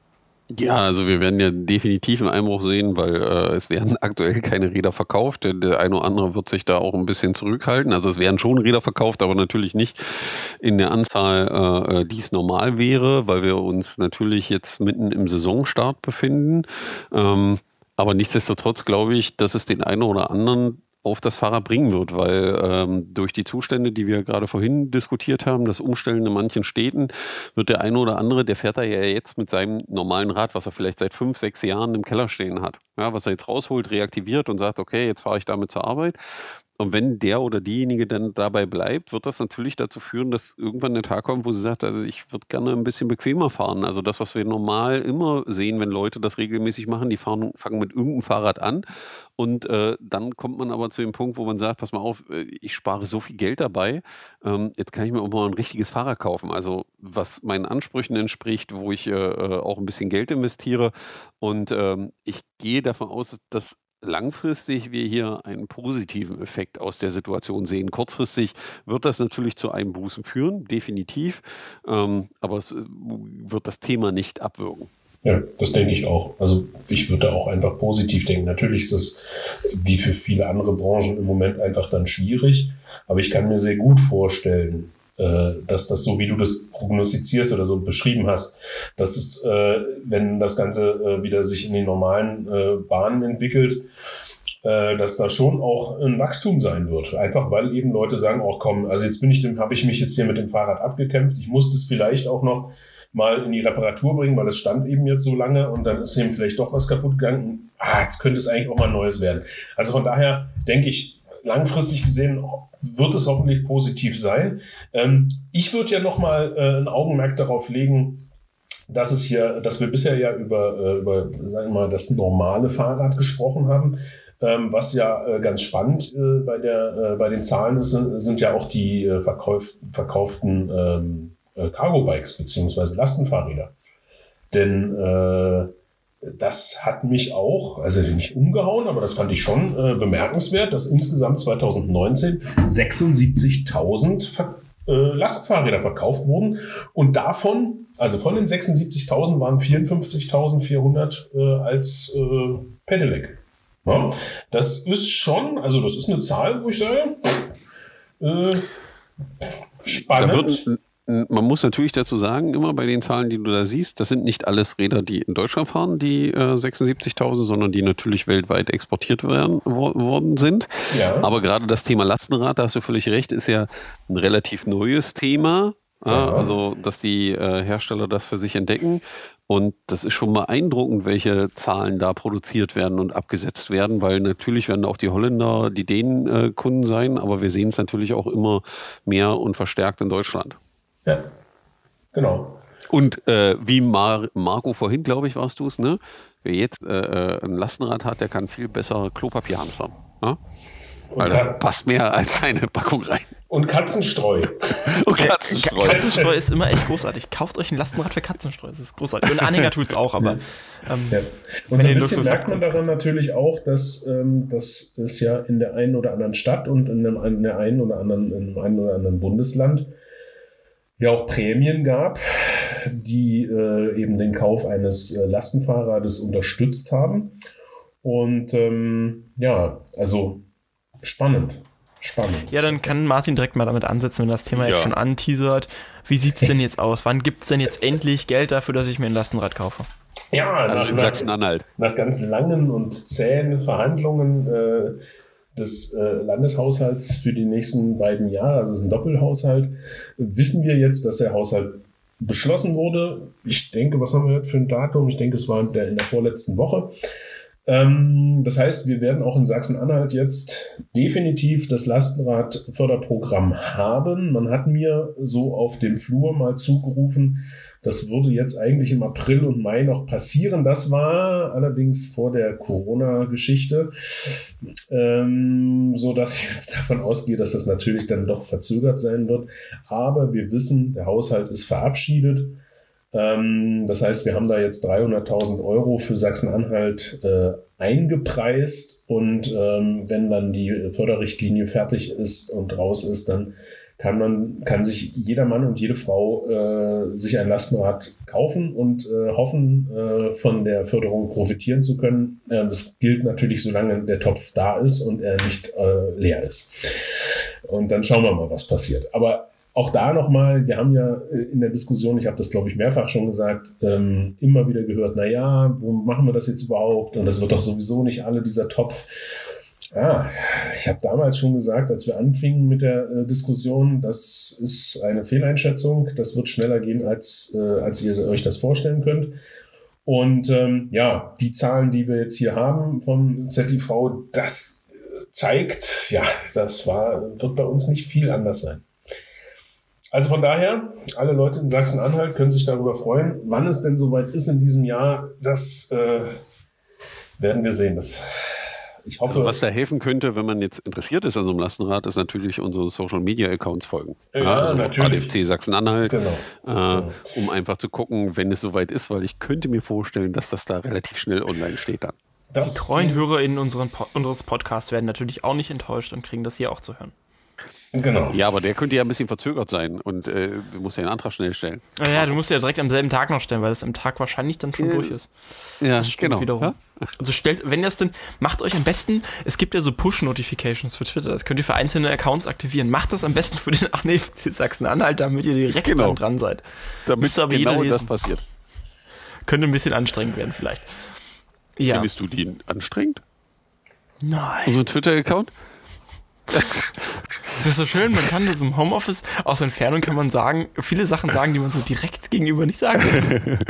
Ja, also wir werden ja definitiv einen Einbruch sehen, weil äh, es werden aktuell keine Räder verkauft. Der, der eine oder andere wird sich da auch ein bisschen zurückhalten. Also es werden schon Räder verkauft, aber natürlich nicht in der Anzahl, äh, die es normal wäre, weil wir uns natürlich jetzt mitten im Saisonstart befinden. Ähm, aber nichtsdestotrotz glaube ich, dass es den einen oder anderen auf das Fahrrad bringen wird, weil ähm, durch die Zustände, die wir gerade vorhin diskutiert haben, das Umstellen in manchen Städten, wird der eine oder andere, der fährt da ja jetzt mit seinem normalen Rad, was er vielleicht seit fünf, sechs Jahren im Keller stehen hat, ja, was er jetzt rausholt, reaktiviert und sagt, okay, jetzt fahre ich damit zur Arbeit. Und wenn der oder diejenige dann dabei bleibt, wird das natürlich dazu führen, dass irgendwann der Tag kommt, wo sie sagt, also ich würde gerne ein bisschen bequemer fahren. Also das, was wir normal immer sehen, wenn Leute das regelmäßig machen, die fahren, fangen mit irgendeinem Fahrrad an und äh, dann kommt man aber zu dem Punkt, wo man sagt, pass mal auf, ich spare so viel Geld dabei, ähm, jetzt kann ich mir auch mal ein richtiges Fahrrad kaufen. Also was meinen Ansprüchen entspricht, wo ich äh, auch ein bisschen Geld investiere und ähm, ich gehe davon aus, dass langfristig wir hier einen positiven Effekt aus der Situation sehen. Kurzfristig wird das natürlich zu einem Bußen führen, definitiv, ähm, aber es wird das Thema nicht abwürgen. Ja, das denke ich auch. Also ich würde da auch einfach positiv denken. Natürlich ist es wie für viele andere Branchen im Moment einfach dann schwierig, aber ich kann mir sehr gut vorstellen, dass das, so wie du das prognostizierst oder so beschrieben hast, dass es, wenn das Ganze wieder sich in den normalen Bahnen entwickelt, dass da schon auch ein Wachstum sein wird. Einfach weil eben Leute sagen, auch komm, also jetzt bin ich, habe ich mich jetzt hier mit dem Fahrrad abgekämpft, ich muss das vielleicht auch noch mal in die Reparatur bringen, weil es stand eben jetzt so lange und dann ist eben vielleicht doch was kaputt gegangen. Ah, jetzt könnte es eigentlich auch mal ein neues werden. Also von daher denke ich, langfristig gesehen wird es hoffentlich positiv sein. Ähm, ich würde ja nochmal äh, ein Augenmerk darauf legen, dass es hier, dass wir bisher ja über, über sagen wir mal, das normale Fahrrad gesprochen haben. Ähm, was ja äh, ganz spannend äh, bei, der, äh, bei den Zahlen ist, sind ja auch die äh, verkauf, verkauften ähm, äh, Cargo-Bikes beziehungsweise Lastenfahrräder. Denn äh, das hat mich auch, also nicht umgehauen, aber das fand ich schon äh, bemerkenswert, dass insgesamt zwanzig neunzehn sechsundsiebzigtausend Ver- äh, Lastenfahrräder verkauft wurden und davon, also von den sechsundsiebzigtausend waren vierundfünfzigtausendvierhundert äh, als äh, Pedelec. Ja, das ist schon, also das ist eine Zahl, wo ich sage, äh, spannend. Da wird, man muss natürlich dazu sagen, immer bei den Zahlen, die du da siehst, das sind nicht alles Räder, die in Deutschland fahren, die äh, sechsundsiebzigtausend, sondern die natürlich weltweit exportiert werden, wo, worden sind. Ja. Aber gerade das Thema Lastenrad, da hast du völlig recht, ist ja ein relativ neues Thema. Ja. Also, dass die äh, Hersteller das für sich entdecken. Und das ist schon beeindruckend, welche Zahlen da produziert werden und abgesetzt werden, weil natürlich werden auch die Holländer die Dänen äh, Kunden sein, aber wir sehen es natürlich auch immer mehr und verstärkt in Deutschland. Ja, genau. Und äh, wie Mar- Marco vorhin, glaube ich, warst du es, ne? Wer jetzt äh, ein Lastenrad hat, der kann viel besser Klopapier hamstern. Ne? Weil da passt mehr als eine Packung rein. Und Katzenstreu. Und Katzenstreu. Katzenstreu ist immer echt großartig. Kauft euch ein Lastenrad für Katzenstreu. Das ist großartig. Und Anhänger tut es auch, aber. Ähm, ja. Und so ein bisschen merkt man daran natürlich auch, dass, ähm, dass es ja in der einen oder anderen Stadt und in, dem, in, der einen oder anderen, in dem einen oder anderen Bundesland ja auch Prämien gab, die äh, eben den Kauf eines äh, Lastenfahrrades unterstützt haben. Und ähm, ja, also spannend. Spannend. Ja, dann kann Martin direkt mal damit ansetzen, wenn das Thema ja. jetzt schon anteasert. Wie sieht es denn jetzt aus? Wann gibt es denn jetzt endlich Geld dafür, dass ich mir ein Lastenrad kaufe? Ja, also nach, in Sachsen-Anhalt. Nach, nach ganz langen und zähen Verhandlungen äh, des äh, Landeshaushalts für die nächsten beiden Jahre, also es ist ein Doppelhaushalt, wissen wir jetzt, dass der Haushalt beschlossen wurde. Ich denke, was haben wir jetzt für ein Datum? Ich denke, es war in der, in der vorletzten Woche. Das heißt, wir werden auch in Sachsen-Anhalt jetzt definitiv das Lastenradförderprogramm haben. Man hat mir so auf dem Flur mal zugerufen, das würde jetzt eigentlich im April und Mai noch passieren. Das war allerdings vor der Corona-Geschichte, ähm, so dass ich jetzt davon ausgehe, dass das natürlich dann doch verzögert sein wird. Aber wir wissen, der Haushalt ist verabschiedet. Das heißt, wir haben da jetzt dreihunderttausend Euro für Sachsen-Anhalt äh, eingepreist und ähm, wenn dann die Förderrichtlinie fertig ist und raus ist, dann kann man, kann sich jeder Mann und jede Frau äh, sich ein Lastenrad kaufen und äh, hoffen, äh, von der Förderung profitieren zu können. Äh, das gilt natürlich, solange der Topf da ist und er nicht äh, leer ist. Und dann schauen wir mal, was passiert. Aber auch da nochmal, wir haben ja in der Diskussion, ich habe das glaube ich mehrfach schon gesagt, ähm, immer wieder gehört, naja, wo machen wir das jetzt überhaupt? Und das wird doch sowieso nicht alle, dieser Topf. Ja, ich habe damals schon gesagt, als wir anfingen mit der äh, Diskussion, das ist eine Fehleinschätzung, das wird schneller gehen, als, äh, als ihr euch das vorstellen könnt. Und ähm, ja, die Zahlen, die wir jetzt hier haben vom Z I V, das zeigt, ja, das war, wird bei uns nicht viel anders sein. Also von daher, alle Leute in Sachsen-Anhalt können sich darüber freuen. Wann es denn soweit ist in diesem Jahr, das äh, werden wir sehen. Das, ich hoffe, also was da helfen könnte, wenn man jetzt interessiert ist an so einem Lastenrad, ist natürlich unsere Social-Media-Accounts folgen. Ja, ja also natürlich. A D F C Sachsen-Anhalt, genau. äh, genau. Um einfach zu gucken, wenn es soweit ist, weil ich könnte mir vorstellen, dass das da relativ schnell online steht dann. Das Die treuen HörerInnen unseren po- unseres Podcasts werden natürlich auch nicht enttäuscht und kriegen das hier auch zu hören. Genau. Ja, aber der könnte ja ein bisschen verzögert sein und äh, du musst ja den Antrag schnell stellen. Ja, du musst ja direkt am selben Tag noch stellen, weil es am Tag wahrscheinlich dann schon äh, durch ist. Ja, das stimmt genau. Wiederum. Ja? Also stellt, wenn ihr es denn, macht euch am besten, es gibt ja so Push-Notifications für Twitter, das könnt ihr für einzelne Accounts aktivieren. Macht das am besten für den A D F C Sachsen-Anhalt, damit ihr direkt genau. dran seid. Damit aber genau das passiert. Könnte ein bisschen anstrengend werden vielleicht. Ja. Findest du den anstrengend? Nein. Unseren Twitter-Account? Das ist so schön, man kann das im Homeoffice aus Entfernung kann man sagen, viele Sachen sagen, die man so direkt gegenüber nicht sagen kann.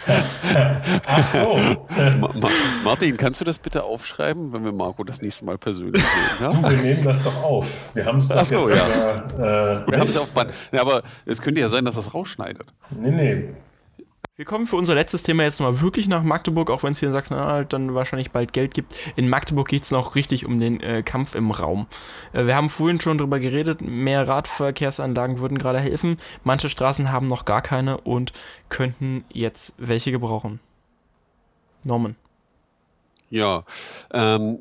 Ach so. Ma- Ma- Martin, kannst du das bitte aufschreiben, wenn wir Marco das nächste Mal persönlich sehen? Ja? Du, wir nehmen das doch auf. Wir haben es doch so, jetzt ja. sogar, äh, wir haben es auf Band. Ja, aber es könnte ja sein, dass das rausschneidet. Nee, nee. Wir kommen für unser letztes Thema jetzt mal wirklich nach Magdeburg, auch wenn es hier in Sachsen-Anhalt dann wahrscheinlich bald Geld gibt. In Magdeburg geht es noch richtig um den äh, Kampf im Raum. Äh, wir haben vorhin schon drüber geredet, mehr Radverkehrsanlagen würden gerade helfen. Manche Straßen haben noch gar keine und könnten jetzt welche gebrauchen. Norman. Ja, ähm...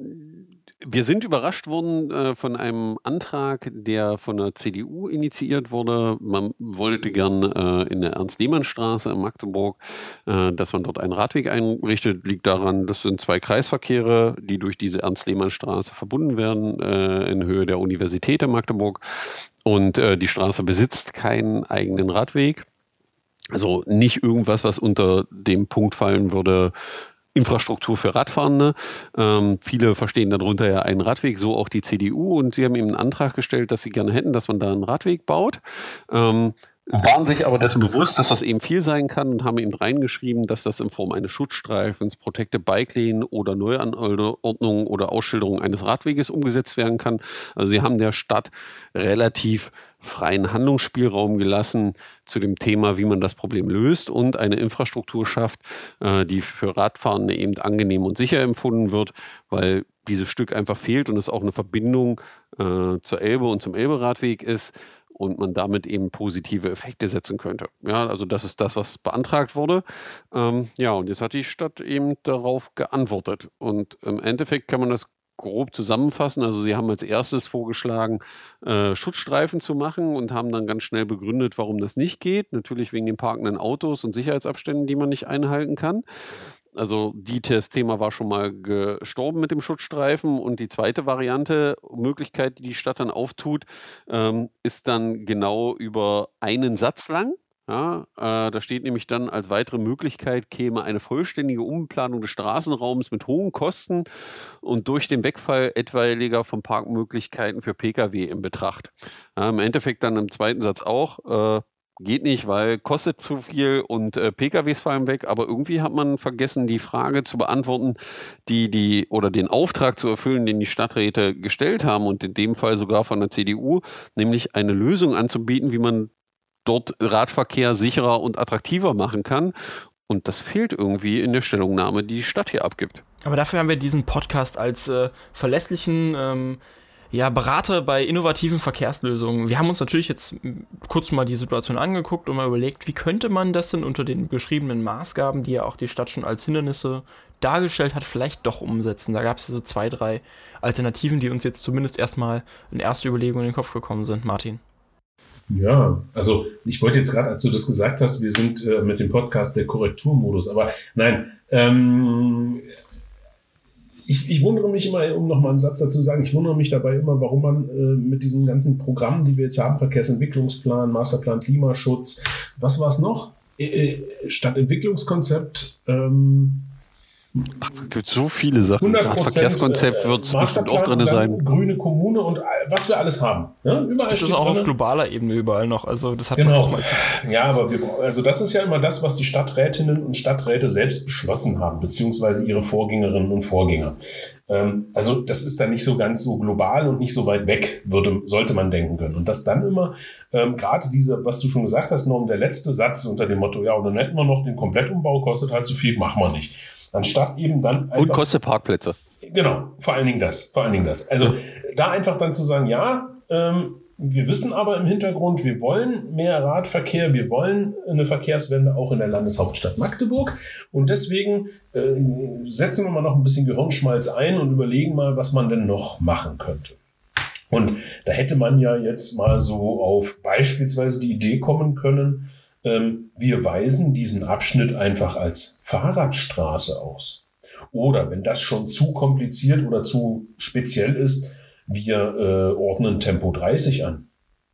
wir sind überrascht worden äh, von einem Antrag, der von der C D U initiiert wurde. Man wollte gern äh, in der Ernst-Lehmann-Straße in Magdeburg, äh, dass man dort einen Radweg einrichtet. Liegt daran, das sind zwei Kreisverkehre, die durch diese Ernst-Lehmann-Straße verbunden werden, äh, in Höhe der Universität in Magdeburg. Und äh, die Straße besitzt keinen eigenen Radweg. Also nicht irgendwas, was unter dem Punkt fallen würde, Infrastruktur für Radfahrende. Ähm, viele verstehen darunter ja einen Radweg, so auch die C D U. Und sie haben eben einen Antrag gestellt, dass sie gerne hätten, dass man da einen Radweg baut. Ähm, waren sich aber dessen bewusst, dass das eben viel sein kann und haben eben reingeschrieben, dass das in Form eines Schutzstreifens, Protected Bike Lane oder Neuanordnung oder Ausschilderung eines Radweges umgesetzt werden kann. Also sie haben der Stadt relativ freien Handlungsspielraum gelassen zu dem Thema, wie man das Problem löst und eine Infrastruktur schafft, äh, die für Radfahrende eben angenehm und sicher empfunden wird, weil dieses Stück einfach fehlt und es auch eine Verbindung äh, zur Elbe und zum Elberadweg ist und man damit eben positive Effekte setzen könnte. Ja, also das ist das, was beantragt wurde. Ähm, ja, und jetzt hat die Stadt eben darauf geantwortet. Und im Endeffekt kann man das grob zusammenfassen. Also sie haben als erstes vorgeschlagen, äh, Schutzstreifen zu machen und haben dann ganz schnell begründet, warum das nicht geht. Natürlich wegen den parkenden Autos und Sicherheitsabständen, die man nicht einhalten kann. Also die, das Thema war schon mal gestorben mit dem Schutzstreifen. Und die zweite Variante, Möglichkeit, die die Stadt dann auftut, ähm, ist dann genau über einen Satz lang. Ja, äh, da steht nämlich dann, als weitere Möglichkeit käme eine vollständige Umplanung des Straßenraums mit hohen Kosten und durch den Wegfall etwaiger von Parkmöglichkeiten für Pkw in Betracht. Ja, im Endeffekt dann im zweiten Satz auch, äh, geht nicht, weil kostet zu viel und äh, Pkws fallen weg, aber irgendwie hat man vergessen, die Frage zu beantworten, die die oder den Auftrag zu erfüllen, den die Stadträte gestellt haben und in dem Fall sogar von der C D U, nämlich eine Lösung anzubieten, wie man dort Radverkehr sicherer und attraktiver machen kann. Und das fehlt irgendwie in der Stellungnahme, die die Stadt hier abgibt. Aber dafür haben wir diesen Podcast als äh, verlässlichen ähm, ja, Berater bei innovativen Verkehrslösungen. Wir haben uns natürlich jetzt kurz mal die Situation angeguckt und mal überlegt, wie könnte man das denn unter den beschriebenen Maßgaben, die ja auch die Stadt schon als Hindernisse dargestellt hat, vielleicht doch umsetzen. Da gab es so zwei, drei Alternativen, die uns jetzt zumindest erstmal in erste Überlegungen in den Kopf gekommen sind. Martin. Ja, also ich wollte jetzt gerade, als du das gesagt hast, wir sind äh, mit dem Podcast der Korrekturmodus, aber nein, ähm, ich, ich wundere mich immer, um nochmal einen Satz dazu zu sagen, ich wundere mich dabei immer, warum man äh, mit diesen ganzen Programmen, die wir jetzt haben, Verkehrsentwicklungsplan, Masterplan Klimaschutz, was war es noch? Äh, äh, Stadtentwicklungskonzept, ähm, Ach, es gibt so viele Sachen. Verkehrskonzept wird es bestimmt auch drin sein. Grüne Kommune und was wir alles haben. Ja, überall das steht ist auch drin. Auf globaler Ebene überall noch. Also das hat genau. man auch mal. Ja, aber wir, also das ist ja immer das, was die Stadträtinnen und Stadträte selbst beschlossen haben, beziehungsweise ihre Vorgängerinnen und Vorgänger. Ähm, also das ist dann nicht so ganz so global und nicht so weit weg, würde, sollte man denken können. Und dass dann immer ähm, gerade diese, was du schon gesagt hast, Norm, der letzte Satz unter dem Motto, ja, und dann hätten wir noch den Komplettumbau, kostet halt so viel, machen wir nicht. Anstatt eben dann einfach... Und kostet Parkplätze. Genau, vor allen Dingen das, vor allen Dingen das. Also da einfach dann zu sagen, ja, ähm, wir wissen aber im Hintergrund, wir wollen mehr Radverkehr, wir wollen eine Verkehrswende auch in der Landeshauptstadt Magdeburg und deswegen äh, setzen wir mal noch ein bisschen Gehirnschmalz ein und überlegen mal, was man denn noch machen könnte. Und da hätte man ja jetzt mal so auf beispielsweise die Idee kommen können, ähm, wir weisen diesen Abschnitt einfach als Fahrradstraße aus. Oder wenn das schon zu kompliziert oder zu speziell ist, wir äh, ordnen Tempo dreißig an.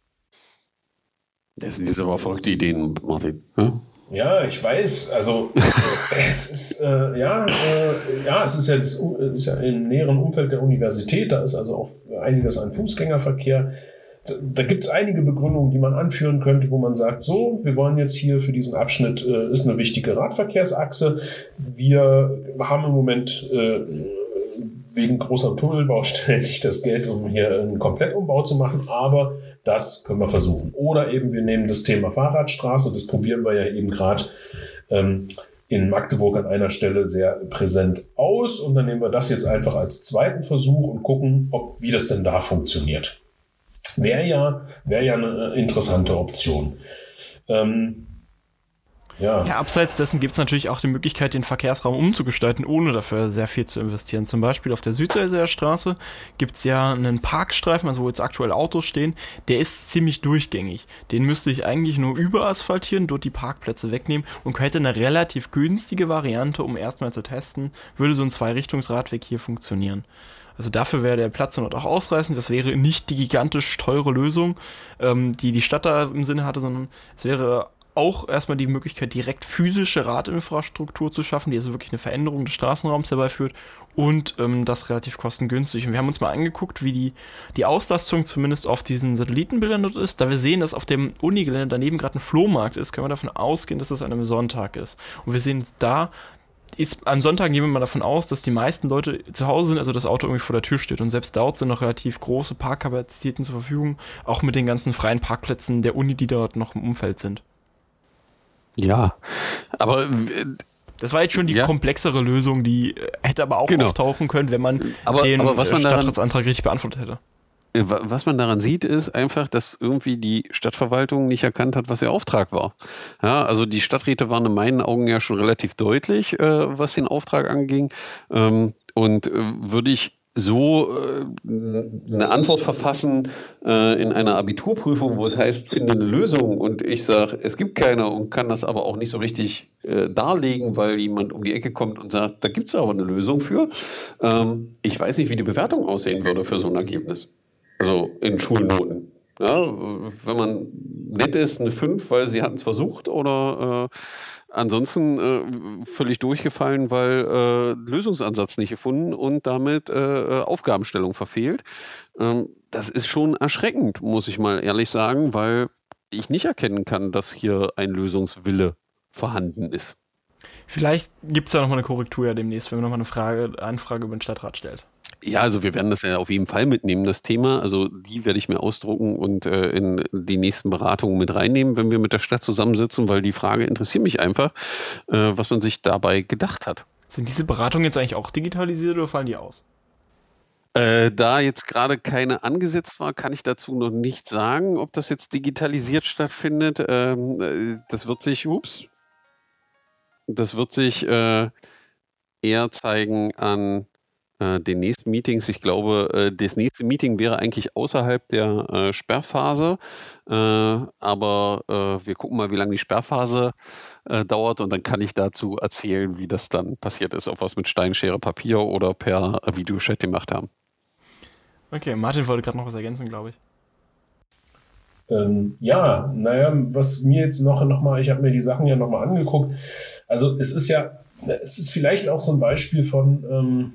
Das sind jetzt aber verrückte Ideen, Martin. Ja, ja ich weiß. Also es ist äh, ja, äh, ja, es ist ja, das, ist ja im näheren Umfeld der Universität. Da ist also auch einiges an Fußgängerverkehr. Da, da gibt es einige Begründungen, die man anführen könnte, wo man sagt, so, wir wollen jetzt hier für diesen Abschnitt, äh, ist eine wichtige Radverkehrsachse. Wir haben im Moment äh, wegen großer Tunnelbaustellen nicht das Geld, um hier einen Komplettumbau zu machen, aber das können wir versuchen. Oder eben wir nehmen das Thema Fahrradstraße, das probieren wir ja eben gerade ähm, in Magdeburg an einer Stelle sehr präsent aus. Und dann nehmen wir das jetzt einfach als zweiten Versuch und gucken, ob, wie das denn da funktioniert. Wäre ja, wäre ja eine interessante Option. Ähm, Ja. ja, abseits dessen gibt es natürlich auch die Möglichkeit, den Verkehrsraum umzugestalten, ohne dafür sehr viel zu investieren. Zum Beispiel auf der Südseite der Straße gibt es ja einen Parkstreifen, also wo jetzt aktuell Autos stehen, der ist ziemlich durchgängig. Den müsste ich eigentlich nur überasphaltieren, dort die Parkplätze wegnehmen und hätte eine relativ günstige Variante, um erstmal zu testen, würde so ein Zweirichtungsradweg hier funktionieren. Also dafür wäre der Platz dort auch ausreichend. Das wäre nicht die gigantisch teure Lösung, ähm, die die Stadt da im Sinne hatte, sondern es wäre auch erstmal die Möglichkeit, direkt physische Radinfrastruktur zu schaffen, die also wirklich eine Veränderung des Straßenraums herbeiführt und ähm, das relativ kostengünstig. Und wir haben uns mal angeguckt, wie die, die Auslastung zumindest auf diesen Satellitenbildern dort ist. Da wir sehen, dass auf dem Unigelände daneben gerade ein Flohmarkt ist, können wir davon ausgehen, dass es an einem Sonntag ist. Und wir sehen da, ist, an Sonntagen gehen wir mal davon aus, dass die meisten Leute zu Hause sind, also das Auto irgendwie vor der Tür steht. Und selbst dort sind noch relativ große Parkkapazitäten zur Verfügung, auch mit den ganzen freien Parkplätzen der Uni, die dort noch im Umfeld sind. Ja, aber äh, das war jetzt schon die ja. komplexere Lösung, die äh, hätte aber auch genau. auftauchen können, wenn man aber, den aber was man Stadtratsantrag richtig beantwortet hätte. Was man daran sieht, ist einfach, dass irgendwie die Stadtverwaltung nicht erkannt hat, was ihr Auftrag war. Ja, also die Stadträte waren in meinen Augen ja schon relativ deutlich, äh, was den Auftrag anging. Ähm, und äh, würde ich so äh, eine Antwort verfassen äh, in einer Abiturprüfung, wo es heißt, finde eine Lösung und ich sage, es gibt keine und kann das aber auch nicht so richtig äh, darlegen, weil jemand um die Ecke kommt und sagt, da gibt es aber eine Lösung für. Ähm, ich weiß nicht, wie die Bewertung aussehen würde für so ein Ergebnis. Also in Schulnoten. Ja, wenn man nett ist, eine fünf, weil sie hatten es versucht oder äh, ansonsten äh, völlig durchgefallen, weil äh, Lösungsansatz nicht gefunden und damit äh, Aufgabenstellung verfehlt. Ähm, das ist schon erschreckend, muss ich mal ehrlich sagen, weil ich nicht erkennen kann, dass hier ein Lösungswille vorhanden ist. Vielleicht gibt es da nochmal eine Korrektur ja demnächst, wenn man nochmal eine Frage, Anfrage über den Stadtrat stellt. Ja, also wir werden das ja auf jeden Fall mitnehmen, das Thema. Also die werde ich mir ausdrucken und äh, in die nächsten Beratungen mit reinnehmen, wenn wir mit der Stadt zusammensitzen, weil die Frage interessiert mich einfach, äh, was man sich dabei gedacht hat. Sind diese Beratungen jetzt eigentlich auch digitalisiert oder fallen die aus? Äh, da jetzt gerade keine angesetzt war, kann ich dazu noch nicht sagen, ob das jetzt digitalisiert stattfindet. Ähm, das wird sich, ups, das wird sich äh, eher zeigen an den nächsten Meetings. Ich glaube, das nächste Meeting wäre eigentlich außerhalb der äh, Sperrphase, äh, aber äh, wir gucken mal, wie lange die Sperrphase äh, dauert und dann kann ich dazu erzählen, wie das dann passiert ist, ob wir es mit Stein, Schere, Papier oder per Videochat gemacht haben. Okay, Martin wollte gerade noch was ergänzen, glaube ich. Ähm, ja, naja, was mir jetzt noch, noch mal, ich habe mir die Sachen ja nochmal angeguckt, also es ist ja, es ist vielleicht auch so ein Beispiel von ähm,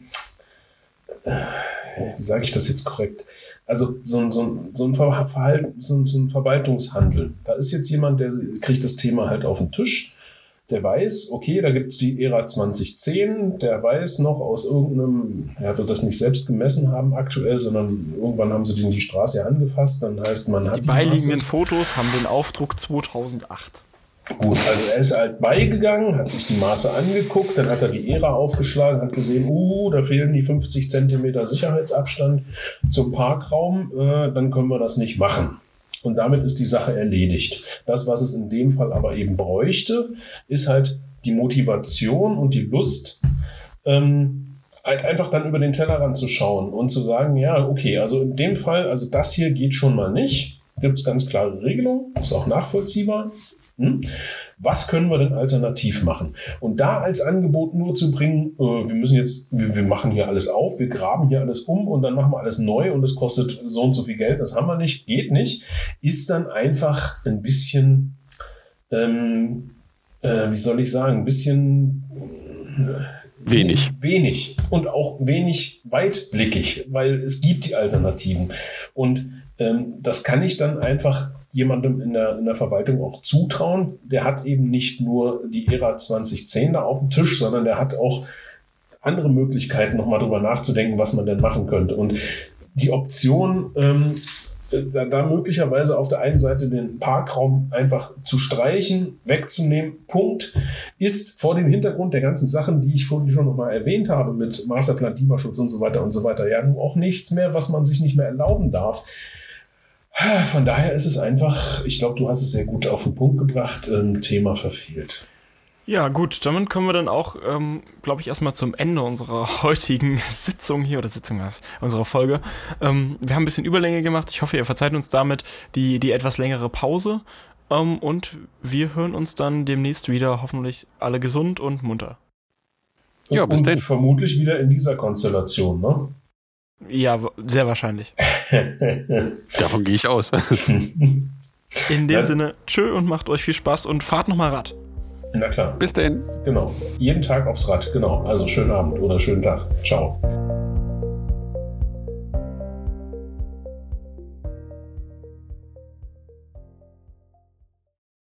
wie sage ich das jetzt korrekt? Also so, so, so, ein Verhalten, so, so ein Verwaltungshandel. Da ist jetzt jemand, der kriegt das Thema halt auf den Tisch, der weiß, okay, da gibt es die E R A zwanzig zehn, der weiß noch aus irgendeinem, er wird das nicht selbst gemessen haben aktuell, sondern irgendwann haben sie den die Straße ja angefasst, dann heißt man hat die, die beiliegenden Masse. Fotos haben den Aufdruck zweitausendacht. Gut, also er ist halt beigegangen, hat sich die Maße angeguckt, dann hat er die E R A aufgeschlagen, hat gesehen, uh, da fehlen die fünfzig Zentimeter Sicherheitsabstand zum Parkraum, äh, dann können wir das nicht machen. Und damit ist die Sache erledigt. Das, was es in dem Fall aber eben bräuchte, ist halt die Motivation und die Lust, ähm, halt einfach dann über den Tellerrand zu schauen und zu sagen, ja, okay, also in dem Fall, also das hier geht schon mal nicht, gibt es ganz klare Regelungen, ist auch nachvollziehbar. Hm? Was können wir denn alternativ machen? Und da als Angebot nur zu bringen, äh, wir müssen jetzt, wir, wir machen hier alles auf, wir graben hier alles um und dann machen wir alles neu und es kostet so und so viel Geld, das haben wir nicht, geht nicht, ist dann einfach ein bisschen, ähm, äh, wie soll ich sagen, ein bisschen äh, wenig. Wenig und auch wenig weitblickig, weil es gibt die Alternativen. Und ähm, das kann ich dann einfach jemandem in der, in der Verwaltung auch zutrauen. Der hat eben nicht nur die E R A zwanzig zehn da auf dem Tisch, sondern der hat auch andere Möglichkeiten, nochmal drüber nachzudenken, was man denn machen könnte. Und die Option, ähm, da, da möglicherweise auf der einen Seite den Parkraum einfach zu streichen, wegzunehmen, Punkt, ist vor dem Hintergrund der ganzen Sachen, die ich vorhin schon nochmal erwähnt habe, mit Masterplan, Klimaschutz und so weiter und so weiter, ja nun auch nichts mehr, was man sich nicht mehr erlauben darf. Von daher ist es einfach, ich glaube, du hast es sehr gut auf den Punkt gebracht, ein Thema verfehlt. Ja, gut, damit kommen wir dann auch, ähm, glaube ich, erstmal zum Ende unserer heutigen Sitzung hier, oder Sitzung, unserer Folge. Ähm, wir haben ein bisschen Überlänge gemacht. Ich hoffe, ihr verzeiht uns damit die, die etwas längere Pause. Ähm, und wir hören uns dann demnächst wieder, hoffentlich alle gesund und munter. Ja, bis und denn. Vermutlich wieder in dieser Konstellation, ne? Ja, sehr wahrscheinlich. Davon gehe ich aus. In dem Ja. Sinne, tschö und macht euch viel Spaß und fahrt nochmal Rad. Na klar. Bis denn. Genau. Jeden Tag aufs Rad. Genau. Also schönen Abend oder schönen Tag. Ciao.